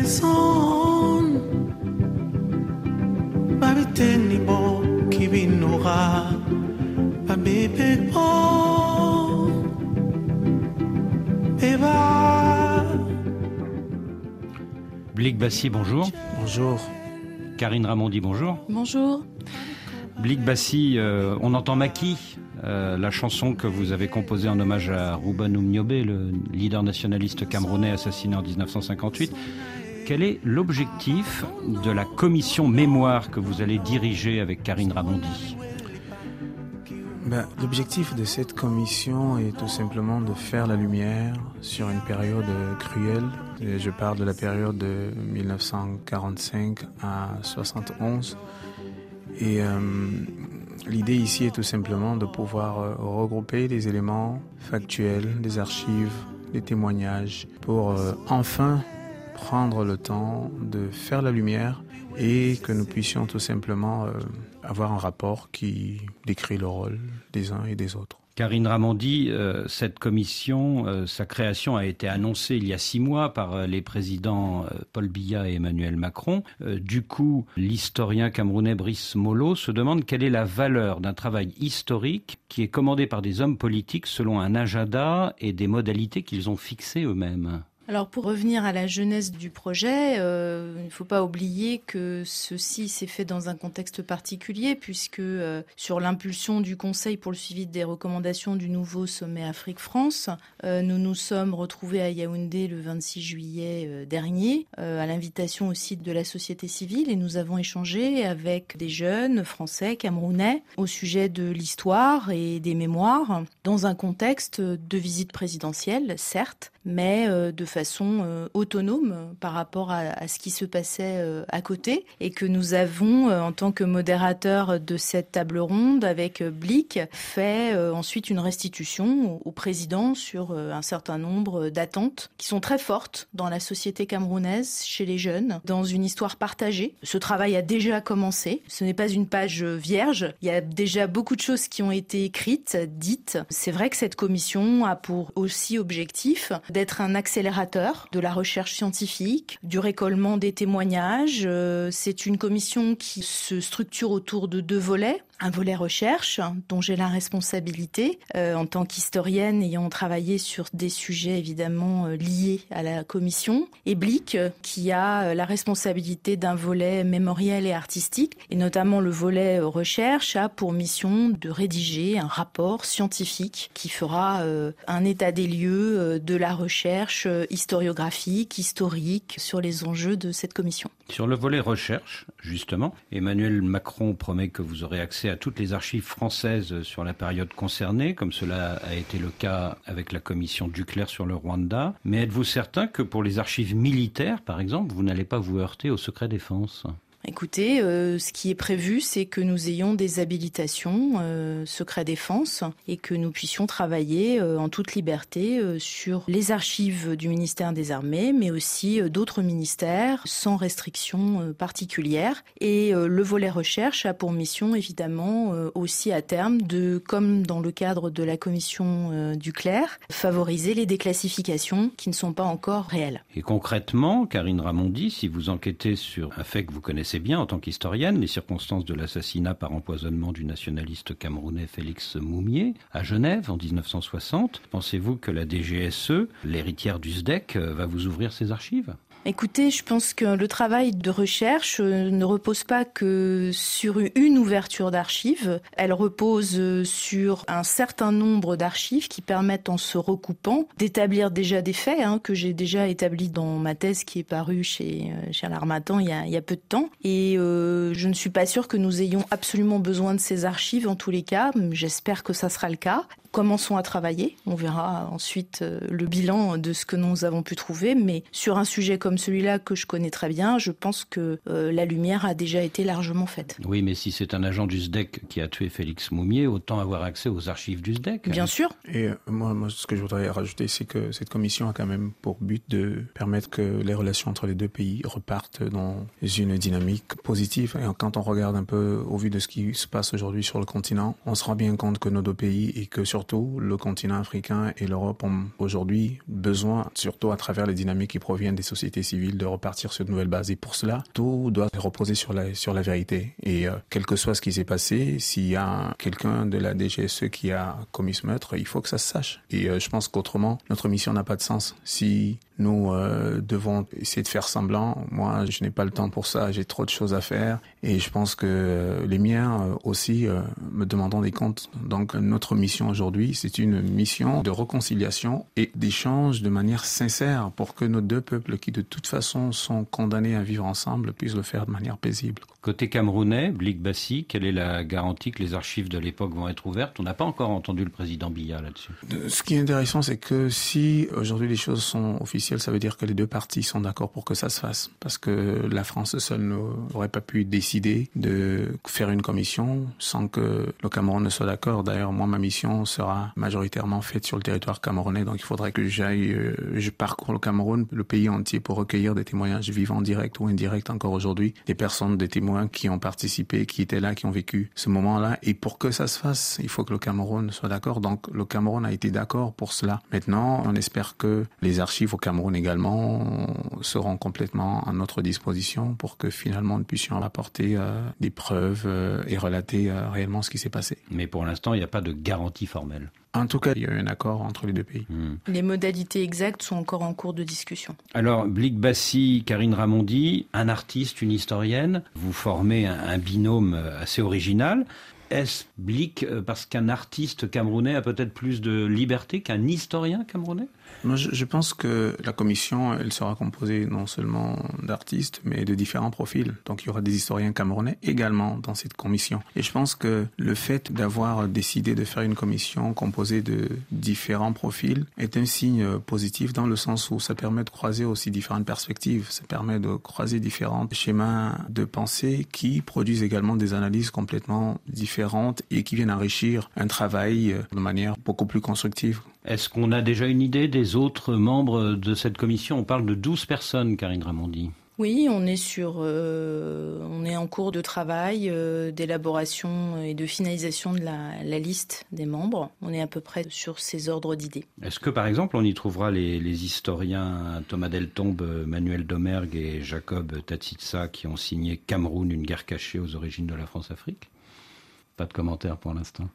son babiteni bo kibinura babebe bo eba. Blik Bassi, bonjour. Bonjour. Karine Ramondi, bonjour. Bonjour. Blik Bassi, on entend Maki, la chanson que vous avez composée en hommage à Rouben Oumniobé, le leader nationaliste camerounais assassiné en 1958. Quel est l'objectif de la commission mémoire que vous allez diriger avec Karine Ramondi ? L'objectif de cette commission est tout simplement de faire la lumière sur une période cruelle. Je parle de la période de 1945 à 71. Et l'idée ici est tout simplement de pouvoir regrouper des éléments factuels, des archives, des témoignages, pour enfin prendre le temps de faire la lumière et que nous puissions tout simplement avoir un rapport qui décrit le rôle des uns et des autres. Karine Ramondi, cette commission, sa création a été annoncée il y a 6 mois par les présidents Paul Biya et Emmanuel Macron. Du coup, l'historien camerounais Brice Molo se demande quelle est la valeur d'un travail historique qui est commandé par des hommes politiques selon un agenda et des modalités qu'ils ont fixées eux-mêmes. Alors pour revenir à la jeunesse du projet, il ne faut pas oublier que ceci s'est fait dans un contexte particulier puisque sur l'impulsion du Conseil pour le suivi des recommandations du nouveau sommet Afrique-France, nous nous sommes retrouvés à Yaoundé le 26 juillet dernier, à l'invitation aussi de la société civile, et nous avons échangé avec des jeunes français, camerounais, au sujet de l'histoire et des mémoires, dans un contexte de visite présidentielle, certes, mais de façon autonome par rapport à ce qui se passait à côté, et que nous avons, en tant que modérateur de cette table ronde avec Blik, fait ensuite une restitution au président sur un certain nombre d'attentes qui sont très fortes dans la société camerounaise, chez les jeunes, dans une histoire partagée. Ce travail a déjà commencé, ce n'est pas une page vierge, il y a déjà beaucoup de choses qui ont été écrites, dites. C'est vrai que cette commission a pour aussi objectif d'être un accélérateur de la recherche scientifique, du récollement des témoignages. C'est une commission qui se structure autour de 2 volets. Un volet recherche, dont j'ai la responsabilité en tant qu'historienne ayant travaillé sur des sujets évidemment liés à la commission, et Blik, qui a la responsabilité d'un volet mémoriel et artistique, et notamment le volet recherche a pour mission de rédiger un rapport scientifique qui fera un état des lieux de la recherche historiographique, historique, sur les enjeux de cette commission. Sur le volet recherche, justement, Emmanuel Macron promet que vous aurez accès à toutes les archives françaises sur la période concernée, comme cela a été le cas avec la commission Duclerc sur le Rwanda. Mais êtes-vous certain que pour les archives militaires, par exemple, vous n'allez pas vous heurter au secret défense ? Écoutez, ce qui est prévu, c'est que nous ayons des habilitations secret défense et que nous puissions travailler en toute liberté sur les archives du ministère des Armées, mais aussi d'autres ministères, sans restriction particulière. Et le volet recherche a pour mission, évidemment, aussi à terme, de, comme dans le cadre de la commission Duclerc, favoriser les déclassifications qui ne sont pas encore réelles. Et concrètement, Karine Ramondi, si vous enquêtez sur un fait que vous connaissez bien en tant qu'historienne, les circonstances de l'assassinat par empoisonnement du nationaliste camerounais Félix Moumié à Genève en 1960, pensez-vous que la DGSE, l'héritière du SDEC, va vous ouvrir ses archives ? Écoutez, je pense que le travail de recherche ne repose pas que sur une ouverture d'archives. Elle repose sur un certain nombre d'archives qui permettent, en se recoupant, d'établir déjà des faits que j'ai déjà établis dans ma thèse qui est parue chez l'Harmattan il y a peu de temps. Et je ne suis pas sûre que nous ayons absolument besoin de ces archives en tous les cas. J'espère que ça sera le cas. Commençons à travailler. On verra ensuite le bilan de ce que nous avons pu trouver. Mais sur un sujet comme celui-là que je connais très bien, je pense que la lumière a déjà été largement faite. Oui, mais si c'est un agent du SDEC qui a tué Félix Moumié, autant avoir accès aux archives du SDEC. Bien sûr. Et moi, ce que je voudrais rajouter, c'est que cette commission a quand même pour but de permettre que les relations entre les 2 pays repartent dans une dynamique positive. Et quand on regarde un peu au vu de ce qui se passe aujourd'hui sur le continent, on se rend bien compte que nos 2 pays et que surtout le continent africain et l'Europe ont aujourd'hui besoin, surtout à travers les dynamiques qui proviennent des sociétés civile de repartir sur de nouvelles bases. Et pour cela, tout doit reposer sur la vérité. Et quel que soit ce qui s'est passé, s'il y a quelqu'un de la DGSE qui a commis ce meurtre, il faut que ça se sache. Et je pense qu'autrement, notre mission n'a pas de sens. Si nous devons essayer de faire semblant, moi, je n'ai pas le temps pour ça. J'ai trop de choses à faire. Et je pense que les miens aussi me demanderont des comptes. Donc, notre mission aujourd'hui, c'est une mission de réconciliation et d'échange de manière sincère pour que nos deux peuples qui de toute façon sont condamnés à vivre ensemble puissent le faire de manière paisible. Côté camerounais, Blik Bassi, quelle est la garantie que les archives de l'époque vont être ouvertes? On n'a pas encore entendu le président Biya là-dessus. Ce qui est intéressant, c'est que si aujourd'hui les choses sont officielles, ça veut dire que les deux parties sont d'accord pour que ça se fasse. Parce que la France seule n'aurait pas pu décider de faire une commission sans que le Cameroun ne soit d'accord. D'ailleurs, moi, ma mission sera majoritairement faite sur le territoire camerounais. Donc, il faudrait que je parcours le Cameroun, le pays entier, pour recueillir des témoignages vivants, directs ou indirects encore aujourd'hui, des personnes, des témoins qui ont participé, qui étaient là, qui ont vécu ce moment-là. Et pour que ça se fasse, il faut que le Cameroun soit d'accord. Donc, le Cameroun a été d'accord pour cela. Maintenant, on espère que les archives au Cameroun également seront complètement à notre disposition pour que finalement nous puissions apporter des preuves et relater réellement ce qui s'est passé. Mais pour l'instant, il n'y a pas de garantie formelle. En tout cas, il y a eu un accord entre les deux pays. Les modalités exactes sont encore en cours de discussion. Alors, Blik Bassi, Karine Ramondi, un artiste, une historienne, vous formez un binôme assez original. Est-ce Blik parce qu'un artiste camerounais a peut-être plus de liberté qu'un historien camerounais ? Moi, je pense que la commission, elle sera composée non seulement d'artistes, mais de différents profils. Donc, il y aura des historiens camerounais également dans cette commission. Et je pense que le fait d'avoir décidé de faire une commission composée de différents profils est un signe positif dans le sens où ça permet de croiser aussi différentes perspectives. Ça permet de croiser différents schémas de pensée qui produisent également des analyses complètement différentes et qui viennent enrichir un travail de manière beaucoup plus constructive. Est-ce qu'on a déjà une idée des autres membres de cette commission? On parle de 12 personnes, Karine Ramondi. Oui, on est en cours de travail, d'élaboration et de finalisation de la liste des membres. On est à peu près sur ces ordres d'idées. Est-ce que, par exemple, on y trouvera les historiens Thomas Deltombe, Manuel Domergue et Jacob Tatsitsa qui ont signé Cameroun, une guerre cachée aux origines de la France-Afrique? Pas de commentaire pour l'instant.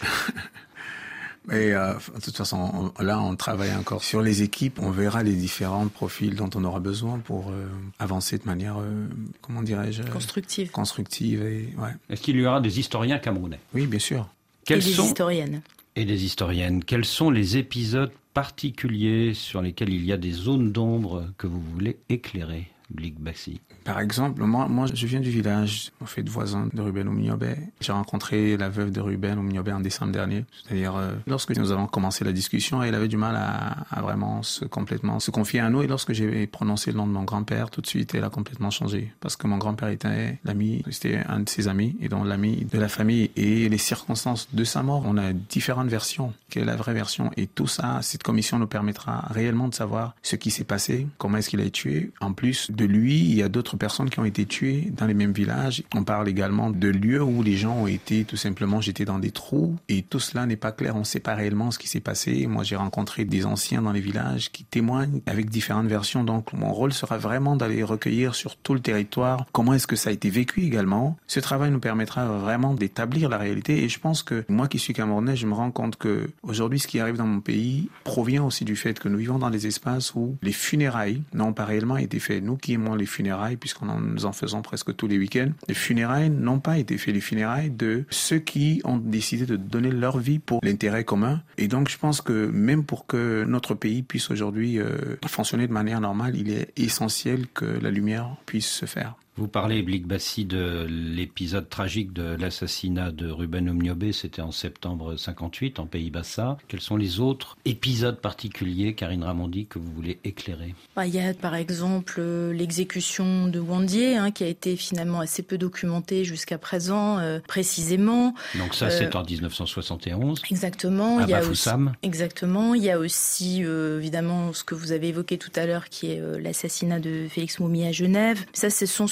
Et de toute façon, là, on travaille encore sur les équipes. On verra les différents profils dont on aura besoin pour avancer de manière, comment dirais-je, constructive. Et, ouais. Est-ce qu'il y aura des historiens camerounais? Oui, bien sûr. Historiennes. Et des historiennes. Quels sont les épisodes particuliers sur lesquels il y a des zones d'ombre que vous voulez éclairer, Blik Bassi? Par exemple, moi, je viens du village, on fait de voisins de Ruben Oumniobé. J'ai rencontré la veuve de Ruben Oumniobé en décembre dernier. C'est-à-dire, lorsque nous avons commencé la discussion, elle avait du mal à vraiment complètement se confier à nous. Et lorsque j'ai prononcé le nom de mon grand-père, tout de suite, elle a complètement changé. Parce que mon grand-père était c'était un de ses amis, et donc l'ami de la famille. Et les circonstances de sa mort, on a différentes versions. Quelle est la vraie version? Et tout ça, cette commission nous permettra réellement de savoir ce qui s'est passé, comment est-ce qu'il a été tué. En plus de lui, il y a d'autres personnes qui ont été tuées dans les mêmes villages. On parle également de lieux où les gens ont été tout simplement jetés dans des trous et tout cela n'est pas clair. On ne sait pas réellement ce qui s'est passé. Moi, j'ai rencontré des anciens dans les villages qui témoignent avec différentes versions. Donc, mon rôle sera vraiment d'aller recueillir sur tout le territoire comment est-ce que ça a été vécu également. Ce travail nous permettra vraiment d'établir la réalité et je pense que moi qui suis camerounais, je me rends compte que aujourd'hui, ce qui arrive dans mon pays provient aussi du fait que nous vivons dans des espaces où les funérailles n'ont pas réellement été faites. Nous qui aimons les funérailles, nous en faisons presque tous les week-ends. Les funérailles n'ont pas été faites. Les funérailles de ceux qui ont décidé de donner leur vie pour l'intérêt commun. Et donc, je pense que même pour que notre pays puisse aujourd'hui fonctionner de manière normale, il est essentiel que la lumière puisse se faire. Vous parlez, Blik Bassi, de l'épisode tragique de l'assassinat de Ruben Oumniobé, c'était en septembre 58 en Pays-Bassa. Quels sont les autres épisodes particuliers, Karine Ramondi, que vous voulez éclairer? Il y a par exemple l'exécution de Wandié, qui a été finalement assez peu documentée jusqu'à présent, précisément. Donc ça, c'est en 1971. Exactement. À Bafoussam. Exactement. Il y a aussi, évidemment, ce que vous avez évoqué tout à l'heure, qui est l'assassinat de Félix Moumi à Genève. Ça, ce sont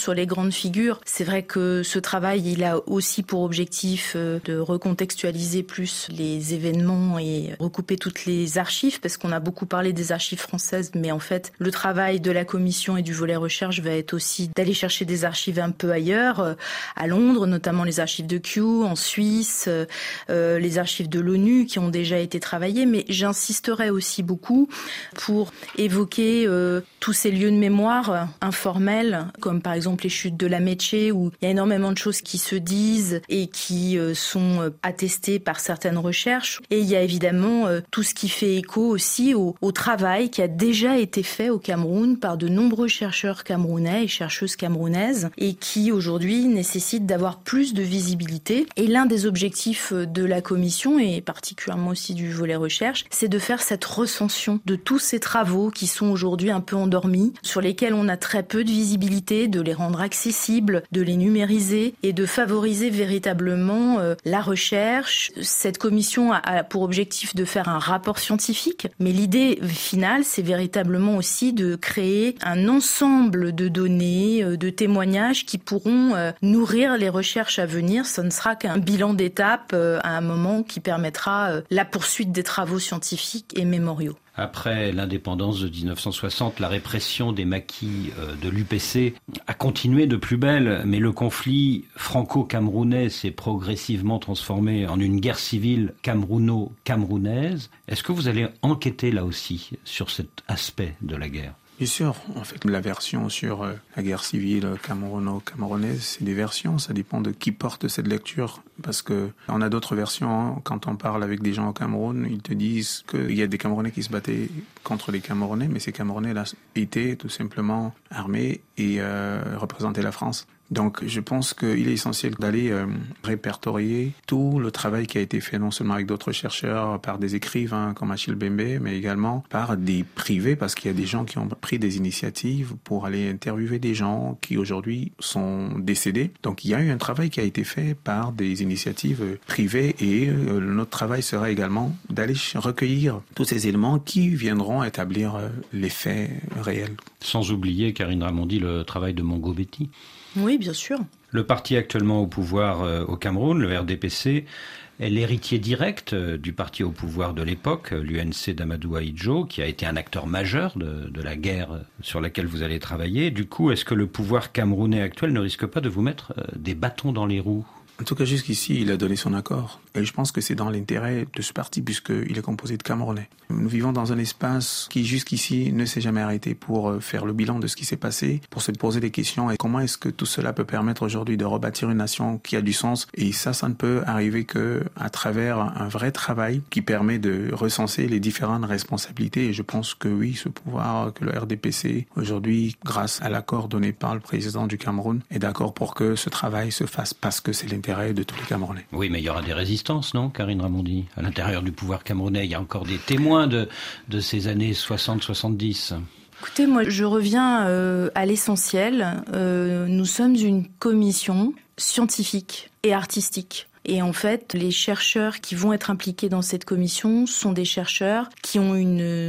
sur les grandes figures. C'est vrai que ce travail, il a aussi pour objectif de recontextualiser plus les événements et recouper toutes les archives, parce qu'on a beaucoup parlé des archives françaises, mais en fait, le travail de la commission et du volet recherche va être aussi d'aller chercher des archives un peu ailleurs, à Londres, notamment les archives de Kew, en Suisse, les archives de l'ONU qui ont déjà été travaillées, mais j'insisterai aussi beaucoup pour évoquer tous ces lieux de mémoire informels, comme par exemple les chutes de la Mettché, où il y a énormément de choses qui se disent et qui sont attestées par certaines recherches. Et il y a évidemment tout ce qui fait écho aussi au travail qui a déjà été fait au Cameroun par de nombreux chercheurs camerounais et chercheuses camerounaises et qui aujourd'hui nécessite d'avoir plus de visibilité. Et l'un des objectifs de la commission, et particulièrement aussi du volet recherche, c'est de faire cette recension de tous ces travaux qui sont aujourd'hui un peu endormis, sur lesquels on a très peu de visibilité, de les rendre accessibles, de les numériser et de favoriser véritablement la recherche. Cette commission a pour objectif de faire un rapport scientifique, mais l'idée finale, c'est véritablement aussi de créer un ensemble de données, de témoignages qui pourront nourrir les recherches à venir. Ce ne sera qu'un bilan d'étape à un moment qui permettra la poursuite des travaux scientifiques et mémoriaux. Après l'indépendance de 1960, la répression des maquis de l'UPC a continué de plus belle, mais le conflit franco-camerounais s'est progressivement transformé en une guerre civile camerouno-camerounaise. Est-ce que vous allez enquêter là aussi sur cet aspect de la guerre ? Bien sûr, en fait, la version sur la guerre civile camerouno-camerounaise, c'est des versions, ça dépend de qui porte cette lecture, parce que on a d'autres versions, hein. Quand on parle avec des gens au Cameroun, ils te disent qu'il y a des Camerounais qui se battaient contre les Camerounais, mais ces Camerounais-là étaient tout simplement armés et représentaient la France. Donc je pense qu'il est essentiel d'aller répertorier tout le travail qui a été fait non seulement avec d'autres chercheurs, par des écrivains comme Achille Bembe, mais également par des privés, parce qu'il y a des gens qui ont pris des initiatives pour aller interviewer des gens qui aujourd'hui sont décédés. Donc il y a eu un travail qui a été fait par des initiatives privées et notre travail sera également d'aller recueillir tous ces éléments qui viendront établir les faits réels. Sans oublier, Karine Ramondi, le travail de Mongo Betty. Oui, bien sûr. Le parti actuellement au pouvoir au Cameroun, le RDPC, est l'héritier direct du parti au pouvoir de l'époque, l'UNC d'Amadou Ahidjo, qui a été un acteur majeur de la guerre sur laquelle vous allez travailler. Du coup, est-ce que le pouvoir camerounais actuel ne risque pas de vous mettre des bâtons dans les roues ? En tout cas, jusqu'ici, il a donné son accord. Et je pense que c'est dans l'intérêt de ce parti, puisqu'il est composé de Camerounais. Nous vivons dans un espace qui, jusqu'ici, ne s'est jamais arrêté pour faire le bilan de ce qui s'est passé, pour se poser des questions. Et comment est-ce que tout cela peut permettre aujourd'hui de rebâtir une nation qui a du sens? Et ça ne peut arriver qu'à travers un vrai travail qui permet de recenser les différentes responsabilités. Et je pense que oui, ce pouvoir que le RDPC, aujourd'hui, grâce à l'accord donné par le président du Cameroun, est d'accord pour que ce travail se fasse parce que c'est l'intérêt de tous les Camerounais. Oui, mais il y aura des résistances, non, Karine Ramondi ? À l'intérieur du pouvoir camerounais, il y a encore des témoins de ces années 60-70. Écoutez, moi, je reviens à l'essentiel. Nous sommes une commission scientifique et artistique. Et en fait, les chercheurs qui vont être impliqués dans cette commission sont des chercheurs qui ont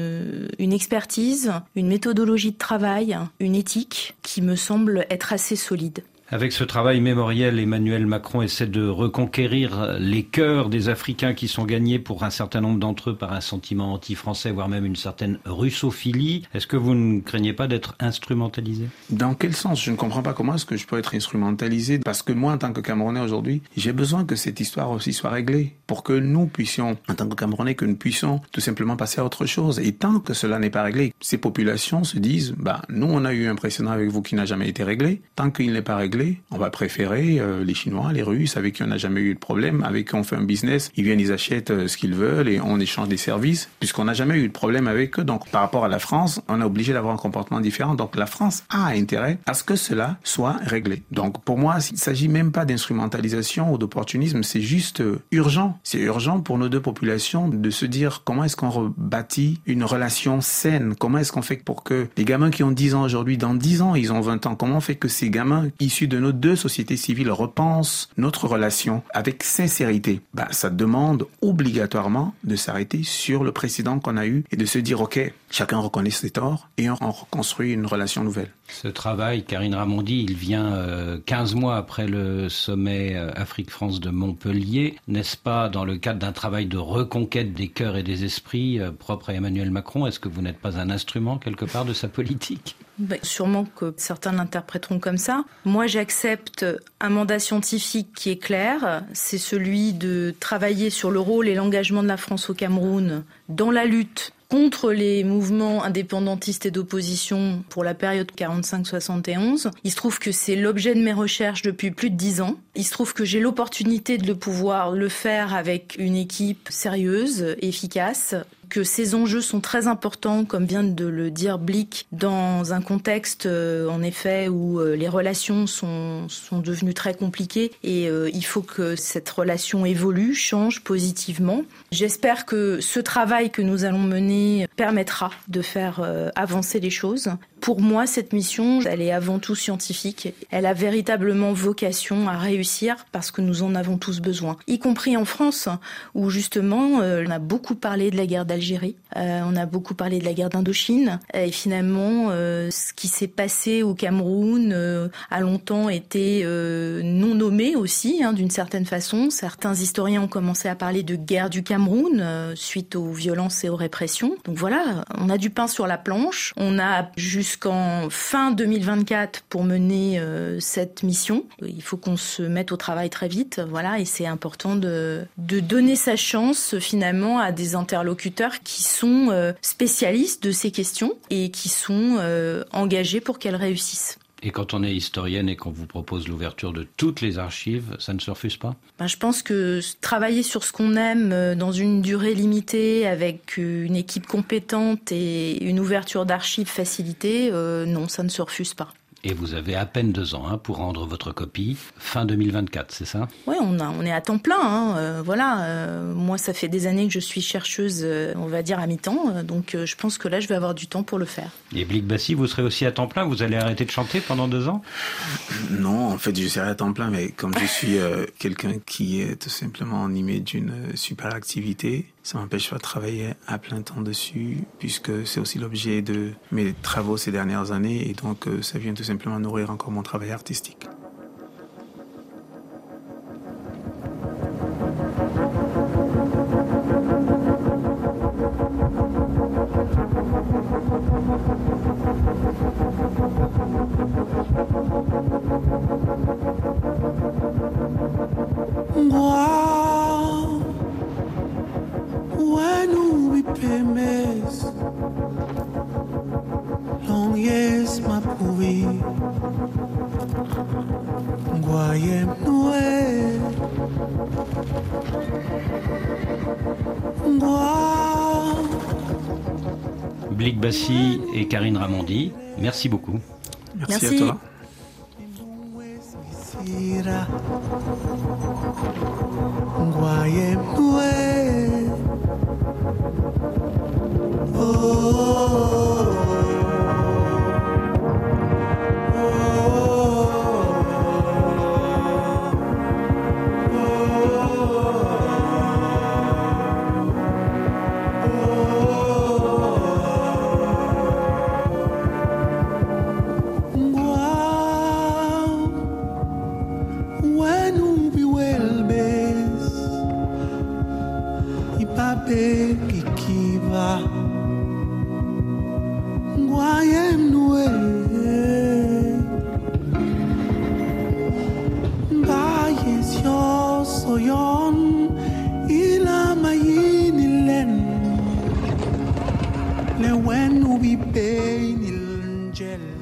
une expertise, une méthodologie de travail, une éthique qui me semble être assez solide. Avec ce travail mémoriel, Emmanuel Macron essaie de reconquérir les cœurs des Africains qui sont gagnés pour un certain nombre d'entre eux par un sentiment anti-français, voire même une certaine russophilie. Est-ce que vous ne craignez pas d'être instrumentalisé ? Dans quel sens ? Je ne comprends pas comment est-ce que je peux être instrumentalisé, parce que moi, en tant que Camerounais aujourd'hui, j'ai besoin que cette histoire aussi soit réglée pour que nous puissions, en tant que Camerounais, que nous puissions tout simplement passer à autre chose. Et tant que cela n'est pas réglé, ces populations se disent, nous, on a eu un précédent avec vous qui n'a jamais été réglé. Tant qu'il n'est pas réglé, on va préférer les Chinois, les Russes, avec qui on n'a jamais eu de problème, avec qui on fait un business, ils viennent, ils achètent ce qu'ils veulent et on échange des services, puisqu'on n'a jamais eu de problème avec eux. Donc, par rapport à la France, on est obligé d'avoir un comportement différent. Donc, la France a intérêt à ce que cela soit réglé. Donc, pour moi, il ne s'agit même pas d'instrumentalisation ou d'opportunisme, c'est juste urgent. C'est urgent pour nos deux populations de se dire comment est-ce qu'on rebâtit une relation saine, comment est-ce qu'on fait pour que les gamins qui ont 10 ans aujourd'hui, dans 10 ans, ils ont 20 ans, comment on fait que ces gamins issus de nos deux sociétés civiles repensent notre relation avec sincérité, ça demande obligatoirement de s'arrêter sur le précédent qu'on a eu et de se dire, ok, chacun reconnaît ses torts et on reconstruit une relation nouvelle. Ce travail, Karine Ramondi, il vient 15 mois après le sommet Afrique-France de Montpellier. N'est-ce pas dans le cadre d'un travail de reconquête des cœurs et des esprits propre à Emmanuel Macron? Est-ce que vous n'êtes pas un instrument quelque part de sa politique? Sûrement que certains l'interpréteront comme ça. Moi, j'accepte un mandat scientifique qui est clair. C'est celui de travailler sur le rôle et l'engagement de la France au Cameroun dans la lutte contre les mouvements indépendantistes et d'opposition pour la période 45-71. Il se trouve que c'est l'objet de mes recherches depuis plus de 10 ans. Il se trouve que j'ai l'opportunité de pouvoir le faire avec une équipe sérieuse, efficace, que ces enjeux sont très importants, comme vient de le dire Blick, dans un contexte, en effet, où les relations sont devenues très compliquées et il faut que cette relation évolue, change positivement. J'espère que ce travail que nous allons mener permettra de faire avancer les choses. Pour moi, cette mission, elle est avant tout scientifique. Elle a véritablement vocation à réussir parce que nous en avons tous besoin, y compris en France, où justement, on a beaucoup parlé de la guerre d'Algérie, on a beaucoup parlé de la guerre d'Indochine, et finalement, ce qui s'est passé au Cameroun a longtemps été non nommé aussi, d'une certaine façon. Certains historiens ont commencé à parler de guerre du Cameroun suite aux violences et aux répressions. Donc voilà, on a du pain sur la planche, on a jusqu'en fin 2024 pour mener cette mission. Il faut qu'on se mette au travail très vite, voilà, et c'est important de donner sa chance finalement à des interlocuteurs qui sont spécialistes de ces questions et qui sont engagés pour qu'elles réussissent. Et quand on est historienne et qu'on vous propose l'ouverture de toutes les archives, ça ne se refuse pas? Je pense que travailler sur ce qu'on aime dans une durée limitée, avec une équipe compétente et une ouverture d'archives facilitée, non, ça ne se refuse pas. Et vous avez à peine 2 ans pour rendre votre copie, fin 2024, c'est ça? Oui, on est à temps plein. Moi, ça fait des années que je suis chercheuse, on va dire à mi-temps, donc je pense que là, je vais avoir du temps pour le faire. Et Blick Bassi, vous serez aussi à temps plein? Vous allez arrêter de chanter pendant 2 ans? Non, en fait, je serai à temps plein, mais comme je suis quelqu'un qui est tout simplement animé d'une super activité, ça m'empêche pas de travailler à plein temps dessus, puisque c'est aussi l'objet de mes travaux ces dernières années, et donc ça vient tout simplement nourrir encore mon travail artistique. Long yes ma pouvi Ngoyem Noé Blick Bassi et Karine Ramondi, merci beaucoup. Merci à toi. Ngoyem Noé le when we pay nil gel